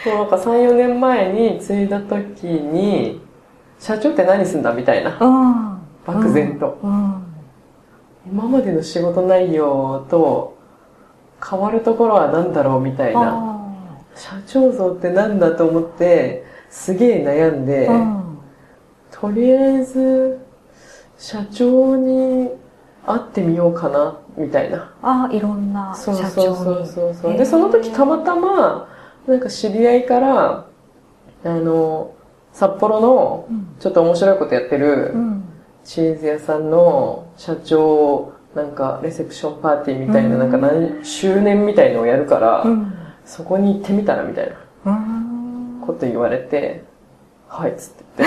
そうなんか3、4年前に継いだ時に、社長って何すんだみたいな。漠然と。今までの仕事内容と変わるところは何だろうみたいな。社長像って何だと思って、すげえ悩んで、とりあえず、社長に会ってみようかな、みたいな。 いろんな社長に。 そう。で、その時たまたま、なんか知り合いから、札幌のちょっと面白いことやってるチーズ屋さんの社長なんかレセプションパーティーみたいな、なんか何周年みたいのをやるから、そこに行ってみたらみたいなこと言われて、はいっつって言って。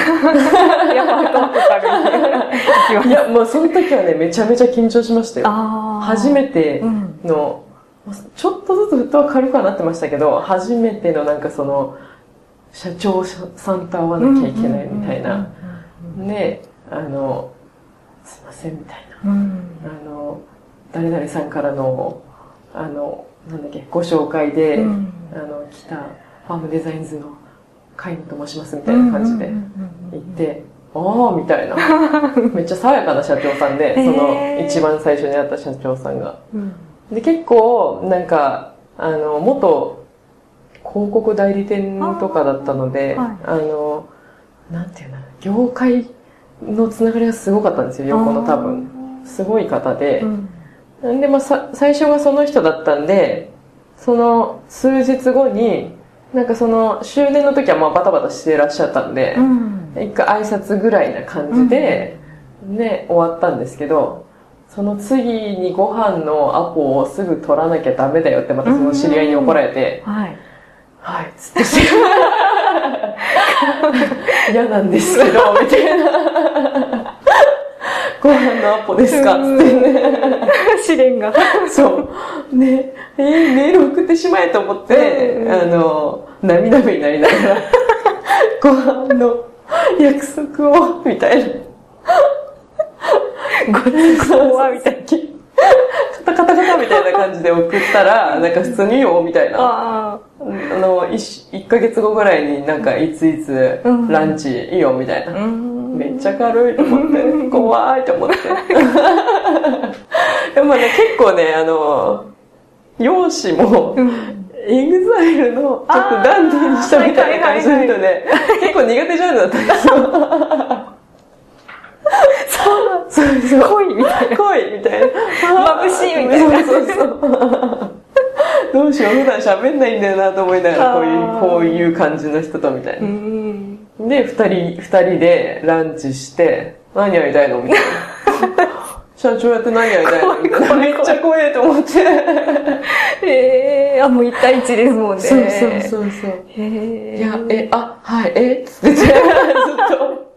いや、もうその時はね、めちゃめちゃ緊張しましたよ。初めての、ちょっとずつフットは軽くはなってましたけど、初めてのなんかその、社長さんと会わなきゃいけないみたいな。で、すいませんみたいな。誰々さんからの、なんだっけ、ご紹介で、来たファームデザインズのカインと申しますみたいな感じで行って、みたいな。めっちゃ爽やかな社長さんで、その一番最初に会った社長さんが。で、結構、なんか、元広告代理店とかだったので、なんていうの、業界のつながりがすごかったんですよ、横の多分。すごい方で。で、まあ、最初がその人だったんで、その数日後に、なんかその周年の時はまあバタバタしていらっしゃったんで、一回挨拶ぐらいな感じで、ね、終わったんですけど、その次にご飯のアポをすぐ取らなきゃダメだよってまたその知り合いに怒られて、はい、つって嫌なんですけど、みたいな。ご飯のアポですかつってね。 試練が。 そう。ね、メール送ってしまえと思って、涙目になりながら、ご飯の約束を、みたいな。ごちそうは、みたいな。カタカタみたいな感じで送ったら、なんか普通にいいよ、みたいな。1ヶ月後ぐらいになんかいついつランチいいよ、みたいな。めっちゃ軽いと思って、怖いと思って。でもね、結構ね、容姿も、エグザイルのちょっとダンディーにしたみたいな感じの人で、結構苦手ジャンルだったんですよ。そう。 恋みたいな。 恋みたいな。 眩しいみたいな。 そう。どうしよう、普段喋んないんだよなと思いながら、こういう感じの人とみたいな。で、二人でランチして、何やりたいのみたいな。社長やって何やりたいのみたいな。めっちゃ怖いと思って。 もう1対1ですもんね。 そう。いや、はい、つってずっと。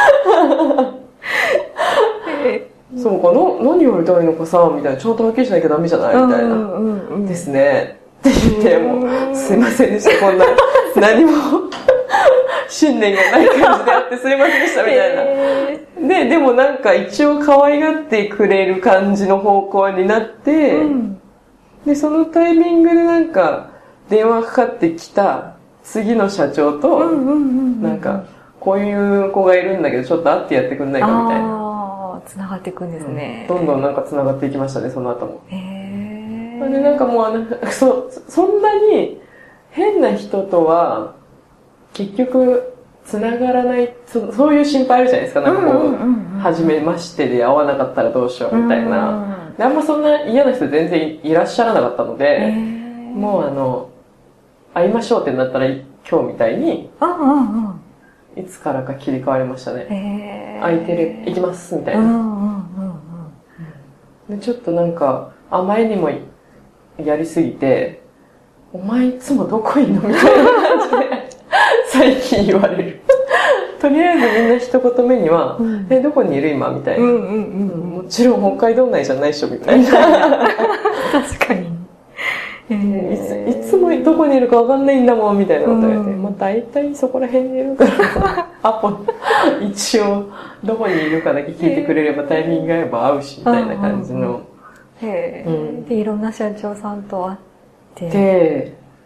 そうか、何やりたいのかさ、みたいな。ちゃんとはっきりしなきゃダメじゃないみたいな。ですね。って言って、もう、すいませんでした、こんな、何も、信念がない感じであってすいませんでした、みたいな。でもなんか一応可愛がってくれる感じの方向になって、で、そのタイミングでなんか、電話かかってきた次の社長と、なんか、こういう子がいるんだけど、ちょっと会ってやってくんないかみたいな。 繋がっていくんですね。 どんどんなんか繋がっていきましたね、その後も。で、なんかもう、そんなに変な人とは、結局、繋がらない、そういう心配あるじゃないですか。なんかこう、初めましてで会わなかったらどうしようみたいな。で、あんまそんな嫌な人全然いらっしゃらなかったので、もう会いましょうってなったら今日みたいに、いつからか切り替わりましたね。空いてる、行きますみたいな。で、ちょっとなんか、あまりにもやりすぎて、お前いつもどこいんのみたいな感じで、最近言われる。とりあえずみんな一言目には、どこにいる今みたいな。もちろん北海道内じゃないっしょみたいな。 確かに。 いつもどこにいるか分かんないんだもんみたいなこと言われて、まあ大体そこら辺にいるからアポ一応どこにいるかだけ聞いてくれればタイミングが合えば会うしみたいな感じの。 で、いろんな社長さんと会って。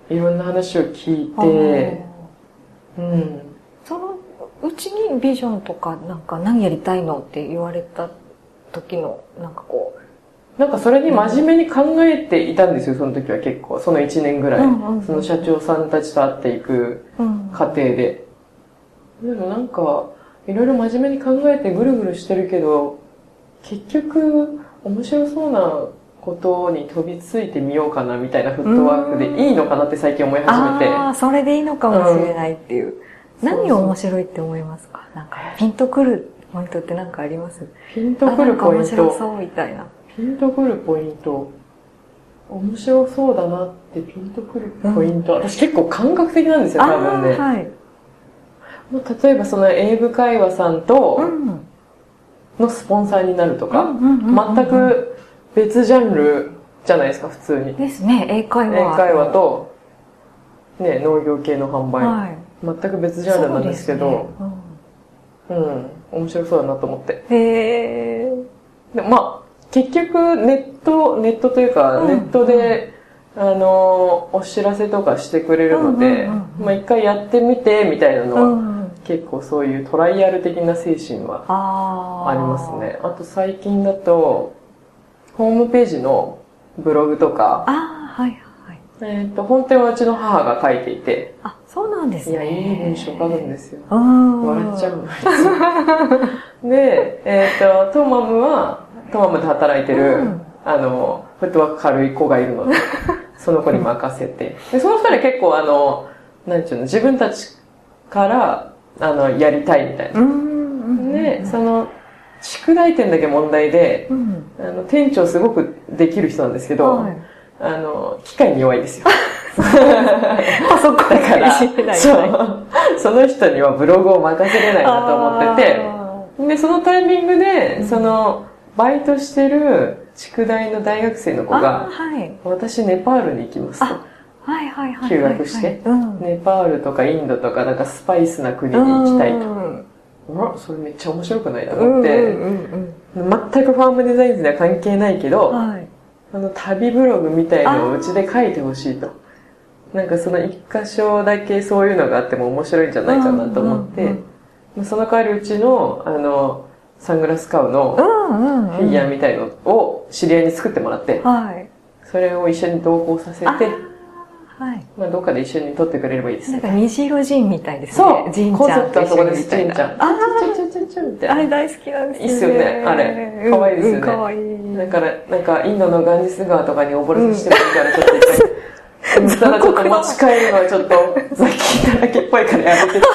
いろんな話を聞いて、 そのうちにビジョンとか、なんか何やりたいのって言われた時の、なんかこう、 なんかそれに真面目に考えていたんですよ、その時は結構。その1年ぐらい。その社長さんたちと会っていく過程で。でもなんか、いろいろ真面目に考えてぐるぐるしてるけど、結局、面白そうなことに飛びついてみようかなみたいなフットワークでいいのかなって最近思い始めて。 ああ、それでいいのかもしれないっていう。何を面白いって思いますか？なんか、ピンとくるポイントって何かあります？ ピンとくるポイント。 面白そうみたいな。 ピンとくるポイント。面白そうだなってピンとくるポイント。私結構感覚的なんですよ、多分ね。はい。もう例えばその英語会話さんとのスポンサーになるとか、全く別ジャンルじゃないですか、普通に。 ですね、英会話。 英会話と、ね、農業系の販売。はい、全く別ジャンルなんですけど、面白そうだなと思って。へー。でまあ結局ネットというか、ネットで、お知らせとかしてくれるので、まあ一回やってみて、みたいなのは、結構そういうトライアル的な精神はありますね。あと最近だと、ホームページのブログとか、本店はうちの母が書いていて、 あ、そうなんですね。 いや、いい文章書くんですよ。笑っちゃう。で、トマムで働いてる、フットワーク軽い子がいるので、その子に任せて。で、その二人結構なんていうの、自分たちから、やりたいみたいな。で、宿題点だけ問題で、店長すごくできる人なんですけど、機械に弱いですよ。 パソコンだから、 その人にはブログを任せれないなと思ってて、で、そのタイミングで、バイトしてる宿題の大学生の子が、私ネパールに行きますと。休学して、ネパールとかインドとかなんかスパイスな国に行きたいと。それめっちゃ面白くないと思って、全くファームデザインズには関係ないけど、旅ブログみたいのをうちで書いてほしいと。なんかその一箇所だけそういうのがあっても面白いんじゃないかなと思って、その代わりうちの、サングラスカウのフィギュアみたいのを知り合いに作ってもらって、それを一緒に同行させて、まあどっかで一緒に撮ってくれればいいですね。 なんか虹色ジンみたいですね。 そう、 ジンちゃんと一緒にみたいな。 ちゃん。あれ大好きなんですよね。 いいっすよね、あれ。かわいいですよね。かわいい。だから、なんかインドのガンジス川とかに溺れさせてるからちょっと一回。ただちょっと持ち帰るのはちょっと雑菌だらけっぽいからやめてって。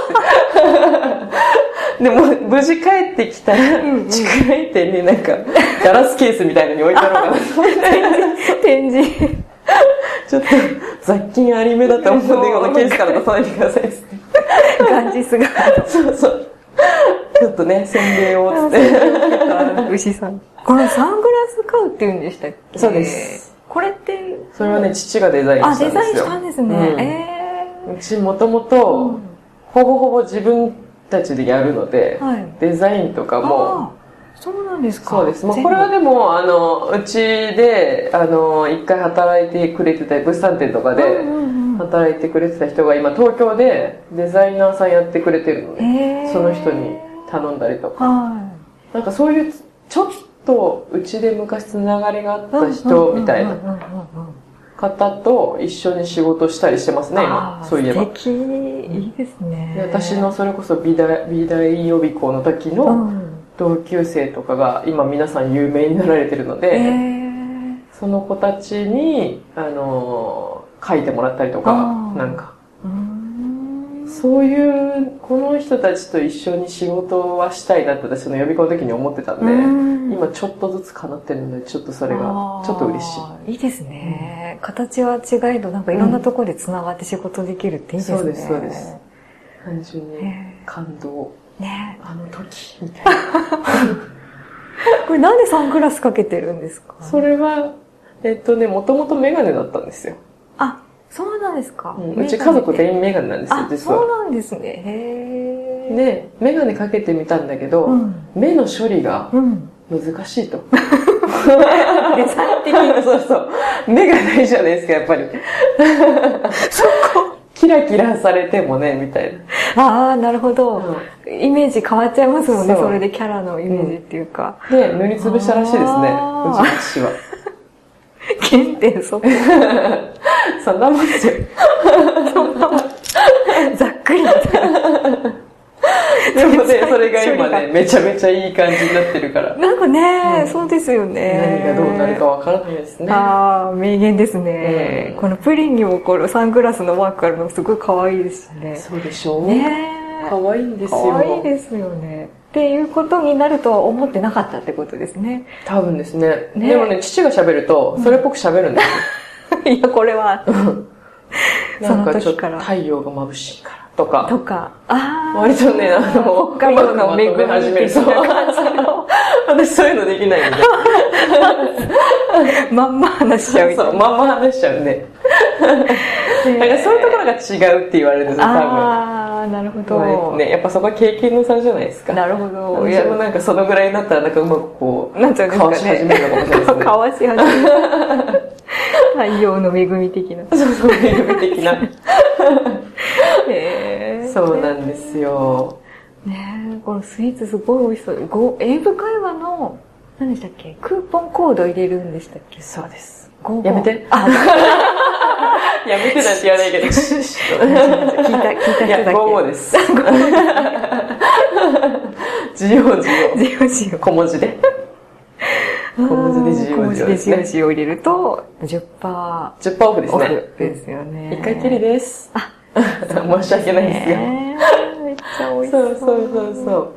でも無事帰ってきたら、宿題店になんかガラスケースみたいのに置いてあろうかなと思って。 展示。 ちょっと雑菌ありめだと思うんで、このケースから出さないでくださいです。 ガンジスが。 そうそう。ちょっとね、洗礼をつって。 牛さん。これサングラス買うって言うんでしたっけ？ そうです。 これって、 それはね、父がデザインしたんですよ。 デザインしたんですね。 うちもともと、ほぼほぼ自分たちでやるので、デザインとかも、 そうなんですか。 そうです。まあ、これはでも、うちで、一回働いてくれてた、物産展とかで、働いてくれてた人が今、東京でデザイナーさんやってくれてるので、その人に頼んだりとか。なんかそういう、ちょっと、うちで昔つながりがあった人みたいな方と一緒に仕事したりしてますね、今。そういえば。 素敵。いいですね。 私のそれこそ美大予備校の時の同級生とかが今皆さん有名になられてるので、その子たちに、書いてもらったりとか、なんか。そういう、この人たちと一緒に仕事はしたいなって私の予備校の時に思ってたんで、今ちょっとずつ叶ってるので、ちょっとそれが、ちょっと嬉しい。 いいですね。形は違いど、なんかいろんなところで繋がって仕事できるっていいですね。 そうです、そうです。単純に感動。ね、あの時、みたいな。 これなんでサングラスかけてるんですか？ それは、もともとメガネだったんですよ。 あ、そうなんですか。 うち家族全員メガネなんですよ、実は。 そうなんですね。へー。 で、メガネかけてみたんだけど、目の処理が難しいと。 デザイン的に。 そうそう。目がないじゃないですか、やっぱり。 そこ。 キラキラされてもね、みたいな。 ああ、なるほど、イメージ変わっちゃいますもんね、それでキャラのイメージっていうか。 で、塗りつぶしたらしいですね、うちの父は。 原点そこ。 そんなもんですよ。 ざっくりみたいな。 でもね、それが今ね、めちゃめちゃいい感じになってるから。 なんかね、そうですよね。 何がどうなるかわからないですね。 ああ、名言ですね。このプリンにもこのサングラスのマークあるのすごい可愛いですね。 そうでしょうね。 可愛いんですよ。 可愛いですよね。っていうことになるとは思ってなかったってことですね。 多分ですね。でもね、父が喋ると、それっぽく喋るんですよ。いや、これは。 なんかちょっと太陽が眩しいから。とか。割とね、 北海道の恵み始める。そう。私そういうのできないんで。 まんま話しちゃう。 そう、まんま話しちゃうんで。なんかそういうところが違うって言われるんですよ、多分。 ああ、なるほど。 ね、やっぱそこは経験の差じゃないですか。 なるほど。 私もなんかそのぐらいになったら、なんかうまくこう、 なんちゃうんですかね。 かわし始めるのかもしれないですね。 かわし始める。太陽の恵み的な。 そう、恵み的な。そうなんですよ。 ねえ、このスイーツすごい美味しそう。英語会話の、何でしたっけ、クーポンコード入れるんでしたっけ。 そうです。 やめて。 やめてなんて言わないけど。 聞いた人だけ。 いや、55です。自由。小文字で。小文字で自由を入れると、10% オフですね。 オフですよね。 一回きりです。申し訳ないですよ。 めっちゃ美味しそう。 そう。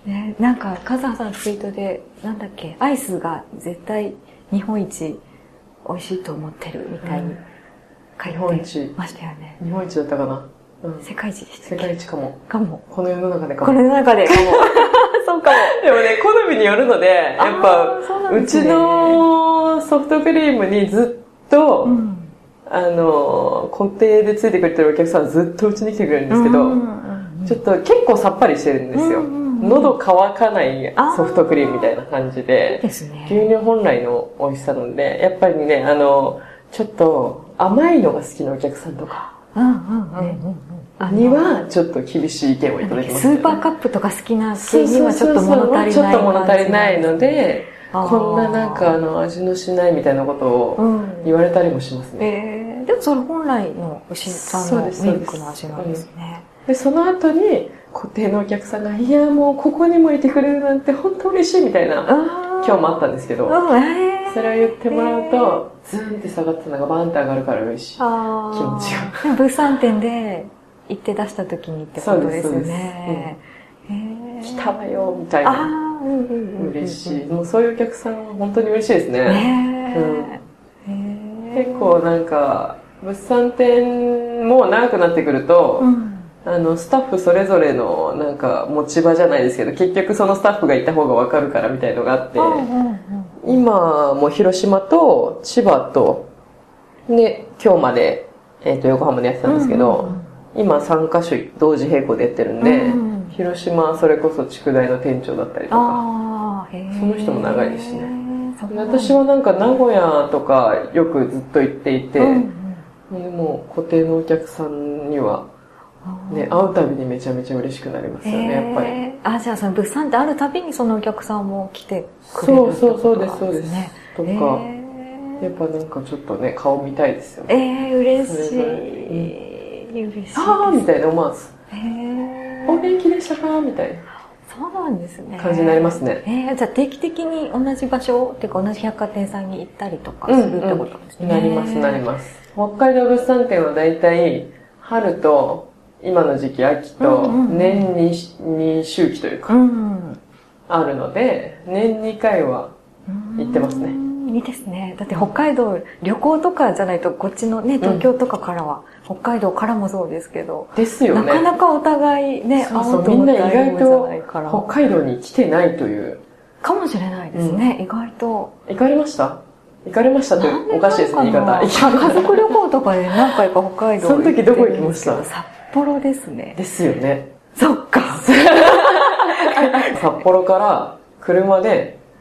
ね、なんか、カズハさんツイートで、なんだっけ、アイスが絶対日本一美味しいと思ってるみたいに書いてましたよね。 日本一だったかな。 世界一でした。 世界一かも。この世の中でかも。 この世の中でかも。そうかも。 でもね、好みによるので、やっぱ、うちのソフトクリームにずっと、固定でついてくれてるお客さんはずっとうちに来てくれるんですけど、ちょっと結構さっぱりしてるんですよ。喉乾かないソフトクリームみたいな感じで、牛乳本来の美味しさなので、やっぱりね、ちょっと甘いのが好きなお客さんとか、にはちょっと厳しい意見をいただきます、 スーパーカップとか好きな系にはちょっと物足りない。 ちょっと物足りないので、こんななんか味のしないみたいなことを言われたりもしますね。 でもそれ本来の牛さんのミルクの味なんですね。 で、その後に固定のお客さんが、いやもうここにもいてくれるなんて本当嬉しいみたいな、今日もあったんですけど、それを言ってもらうと、ズーンって下がったのがバーンって上がるから嬉しい気持ちが。 物産展で行って出した時にってことですよね。 来たわよみたいな。嬉しい。もうそういうお客さんは本当に嬉しいですね。結構なんか物産展も長くなってくると、スタッフそれぞれのなんか持ち場じゃないですけど、結局そのスタッフがいた方が分かるからみたいのがあって、今も広島と千葉とで今日まで、横浜でやってたんですけど、今3カ所同時並行でやってるんで、広島はそれこそ筑大の店長だったりとか、その人も長いですしね。私はなんか名古屋とかよくずっと行っていて、でも固定のお客さんには、ね、会うたびにめちゃめちゃ嬉しくなりますよね、やっぱり。 じゃあその物産ってあるたびにそのお客さんも来てくれるってことなんですね。 そうです。とか、やっぱなんかちょっとね、顔見たいですよね。 嬉しい。嬉しい。 みたいな思わず。お元気でしたかみたいな。 そうなんですね。 感じになりますね。 じゃあ定期的に同じ場所っていうか同じ百貨店さんに行ったりとかするってことですね。 なります。北海道物産展はだいたい春と今の時期秋と年に2周期というか、あるので、年2回は行ってますね。 いいですね。だって北海道旅行とかじゃないとこっちのね、東京とかからは、北海道からもそうですけど。 ですよね。 なかなかお互いね、 会おうと思ったらみんな意外と北海道に来てないという。 かもしれないですね、意外と。 行かれましたっておかしいですね、言い方。 家族旅行とかで何回か北海道その時どこ行きました？ 札幌ですね。 ですよね。 そっか。 札幌から車で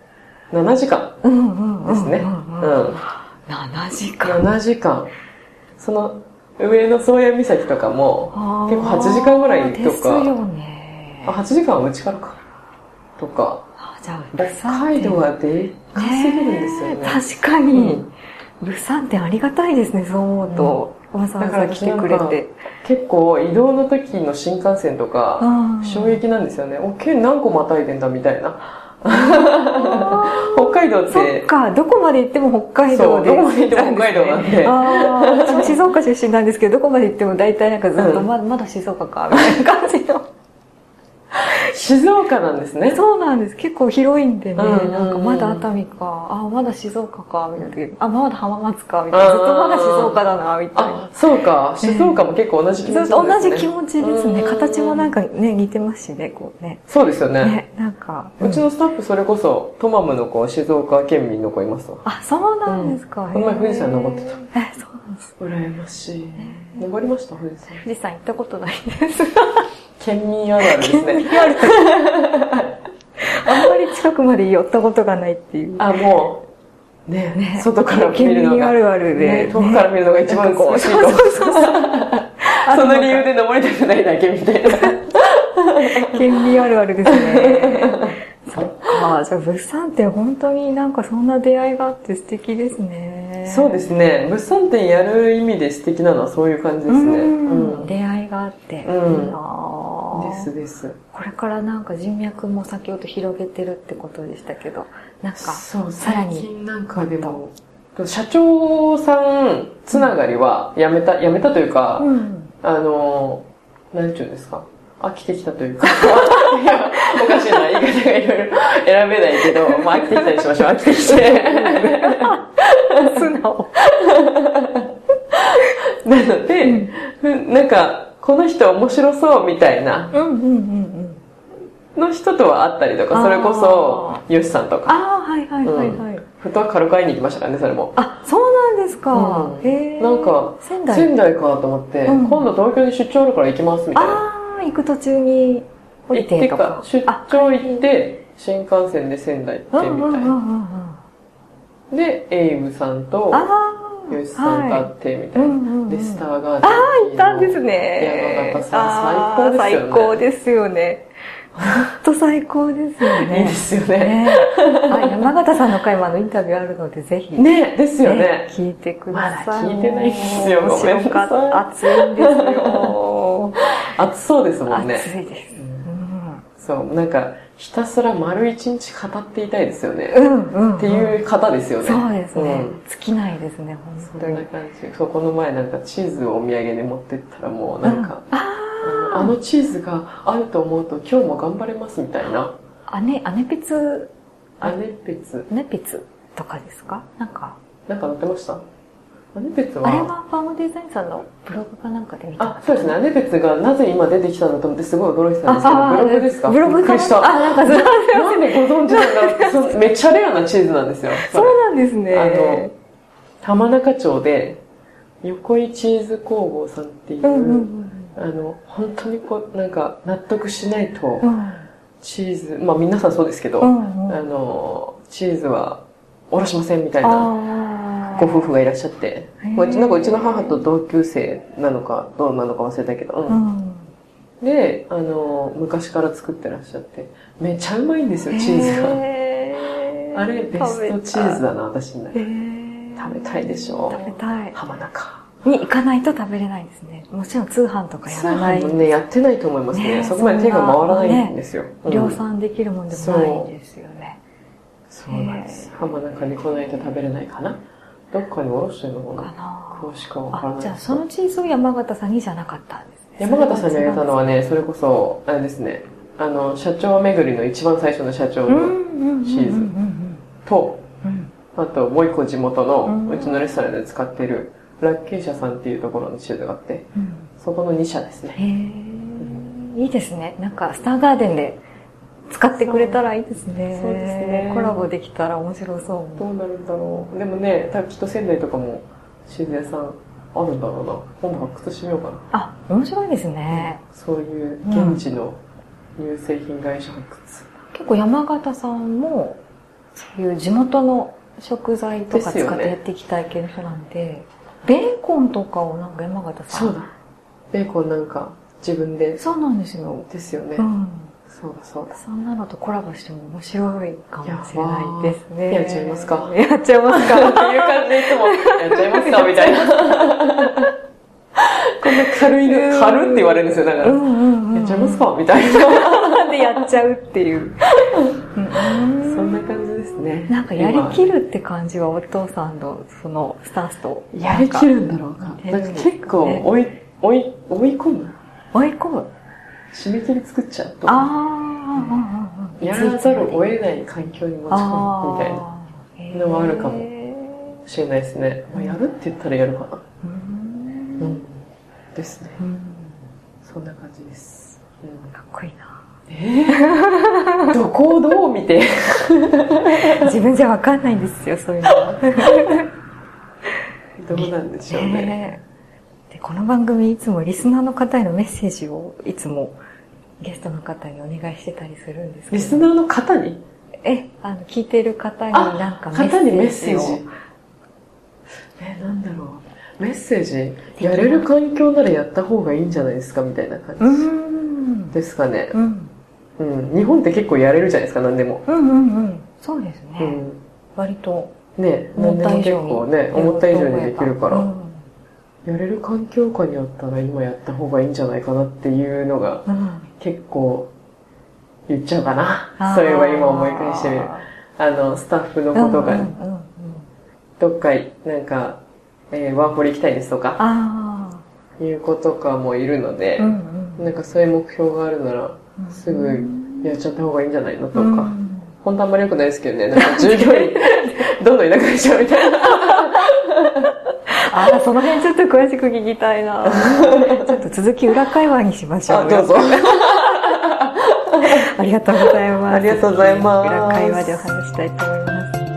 7時間ですね。 7時間。 7時間。その上の宗谷岬とかも結構8時間ぐらいとか。ですよね。8時間はうちからか。とか。 じゃあ北海道はでかすぎるんですよね。 確かに。物産展ありがたいですね、そう思うと。わざわざ来てくれて。 結構移動の時の新幹線とか衝撃なんですよね。県何個またいでんだみたいな。北海道って。そっか、どこまで行っても北海道で。 どこまで行っても北海道なんで。 私も静岡出身なんですけど、どこまで行っても大体なんかずっとまだ静岡か、みたいな感じの。 静岡なんですね。 そうなんです。結構広いんでね、なんかまだ熱海か、まだ静岡か、みたいな。まだ浜松か、みたいな。ずっとまだ静岡だな、みたいな。 そうか。静岡も結構同じ気持ちですね。 同じ気持ちですね。形もなんかね、似てますしね、こうね。 そうですよね。 なんか。 うちのスタッフそれこそ、トマムの子、静岡県民の子いますわ。 そうなんですか。 この前富士山登ってた。 そうなんです。 羨ましい。登りました富士山。 富士山行ったことないです。 県民あるあるですね。 あんまり近くまで寄ったことがないっていう。 もう、ね、外から見るのが。 県民あるあるで。 遠くから見るのが一番美しいと。その理由で登りたくないだけみたいな。 県民あるあるですね。そっか、じゃあ物産展本当になんかそんな出会いがあって素敵ですね。 そうですね。物産展やる意味で素敵なのはそういう感じですね。 出会いがあって。 です。 これからなんか人脈も先ほど広げてるってことでしたけど、なんかさらに。最近なんかでも、社長さんつながりはやめたというか、なんていうんですか。飽きてきたというか。いや、おかしいな、言い方がいろいろ選べないけど、飽きてきたりしましょう、飽きてきて。 素直。 なので、なんか、この人面白そうみたいな、の人とは会ったりとか、それこそ、ヨシさんとか。ふと軽く会いに行きましたからね、それも。 そうなんですか。 なんか、仙台かと思って、今度東京に出張あるから行きますみたいな。 行く途中に降りてとか。 出張行って、新幹線で仙台行ってみたいな。で、エイブさんと、ヨシさんと会ってみたいな。で、スターガーデン。 行ったんですね。 山形さん、最高ですよね。本当最高ですよね。 いいですよね。 山形さんの回もインタビューあるので、ぜひ。 ね、ですよね。 聞いてください。 まだ聞いてないんですよ。ごめんなさい。 暑いんですよ。 暑そうですもんね。 暑いです。 そう、なんか、ひたすら丸一日語っていたいですよね。っていう方ですよね。 そうですね。尽きないですね、本当に。 そんな感じ。そう、この前なんかチーズをお土産で持ってったらもうなんか、あのチーズがあると思うと今日も頑張れますみたいな。 アネピツとかですか？なんか載ってました？アネペツはあれはファームデザインさんのブログかなんかで見た。 そうですね。アネペツがなぜ今出てきたんだと思ってすごい驚いてたんですけど、ブログですか？ ブログびっくりした。なんでご存知なんだろう。めっちゃレアなチーズなんですよ。 そうなんですね。 浜中町で横井チーズ工房さんっていう、本当になんか納得しないと、チーズ、まあ皆さんそうですけど、チーズはおろしませんみたいなご夫婦がいらっしゃって、なんかうちの母と同級生なのかどうなのか忘れたけど、で、昔から作ってらっしゃって、めっちゃうまいんですよ、チーズが。あれ、ベストチーズだな、私になる。食べたいでしょ。 食べたい。 浜中。 に行かないと食べれないですね。もちろん通販とかやらない。 通販もね、やってないと思いますね。そこまで手が回らないんですよ。 量産できるもんでもないんですよね。 そうなんです。浜中に来ないと食べれないかな。どっかにおろしてるのかな。詳しくはわからない。 じゃあそのチーズを山形さんにじゃなかったんですね。 山形さんにあげたのはね、それこそ、あれですね、社長巡りの一番最初の社長のチーズと、あともう一個地元のうちのレストランで使っているラッケー社さんっていうところのチーズがあって、そこの2社ですね。 いいですね。なんかスターガーデンで使ってくれたらいいですね。 そうですね。 コラボできたら面白そう。 どうなるんだろう。でもね、多分きっと仙台とかもチーズ屋さんあるんだろうな。今度発掘してみようかな。 面白いですね。 そういう現地の乳製品会社発掘。 結構山形さんもそういう地元の食材とか使ってやっていきたい系の人なんで、ベーコンとかをなんか山形さん。 そうだ。ベーコンなんか自分で。 そうなんですよ。 ですよね。そうだそうだ。 そんなのとコラボしても面白いかもしれないですね。 やっちゃいますか。 やっちゃいますか。 っていう感じでいつも、やっちゃいますかみたいな。こんな軽って言われるんですよ。だから、やっちゃいますかみたいな。 でやっちゃうっていう。 そんな感じですね。 なんかやりきるって感じはお父さんのそのスタンスと。 やりきるんだろうか。なんか結構追い込む。 追い込む。 締め切り作っちゃうと。やらざるを得ない環境に持ち込むみたいなのはあるかもしれないですね。やるって言ったらやるかな。ですね。そんな感じです。 かっこいいな。どこをどう見て自分じゃわかんないんですよ、そういうのは。 どうなんでしょうね。 で、この番組いつもリスナーの方へのメッセージをいつもゲストの方にお願いしてたりするんですけど。 リスナーの方に？ 聞いてる方になんかメッセージ。なんだろう。メッセージやれる環境ならやった方がいいんじゃないですかみたいな感じですかね。日本って結構やれるじゃないですか、何でも。 そうですね。割と。 ね、何でも結構ね、思った以上にできるから。やれる環境下にあったら今やった方がいいんじゃないかなっていうのが結構言っちゃうかな。そういえば今思い返してみる。スタッフの子とかに。どっかなんか、ワーホリ行きたいですとか、いう子とかもいるので、なんかそういう目標があるなら、すぐやっちゃった方がいいんじゃないのとか、本当あんまり良くないですけどね、なんか従業員、どんどんいなくなっちゃうみたいな。 その辺ちょっと詳しく聞きたいな。ちょっと続き裏会話にしましょう。 どうぞ。 ありがとうございます。 ありがとうございます。 裏会話でお話したいと思います。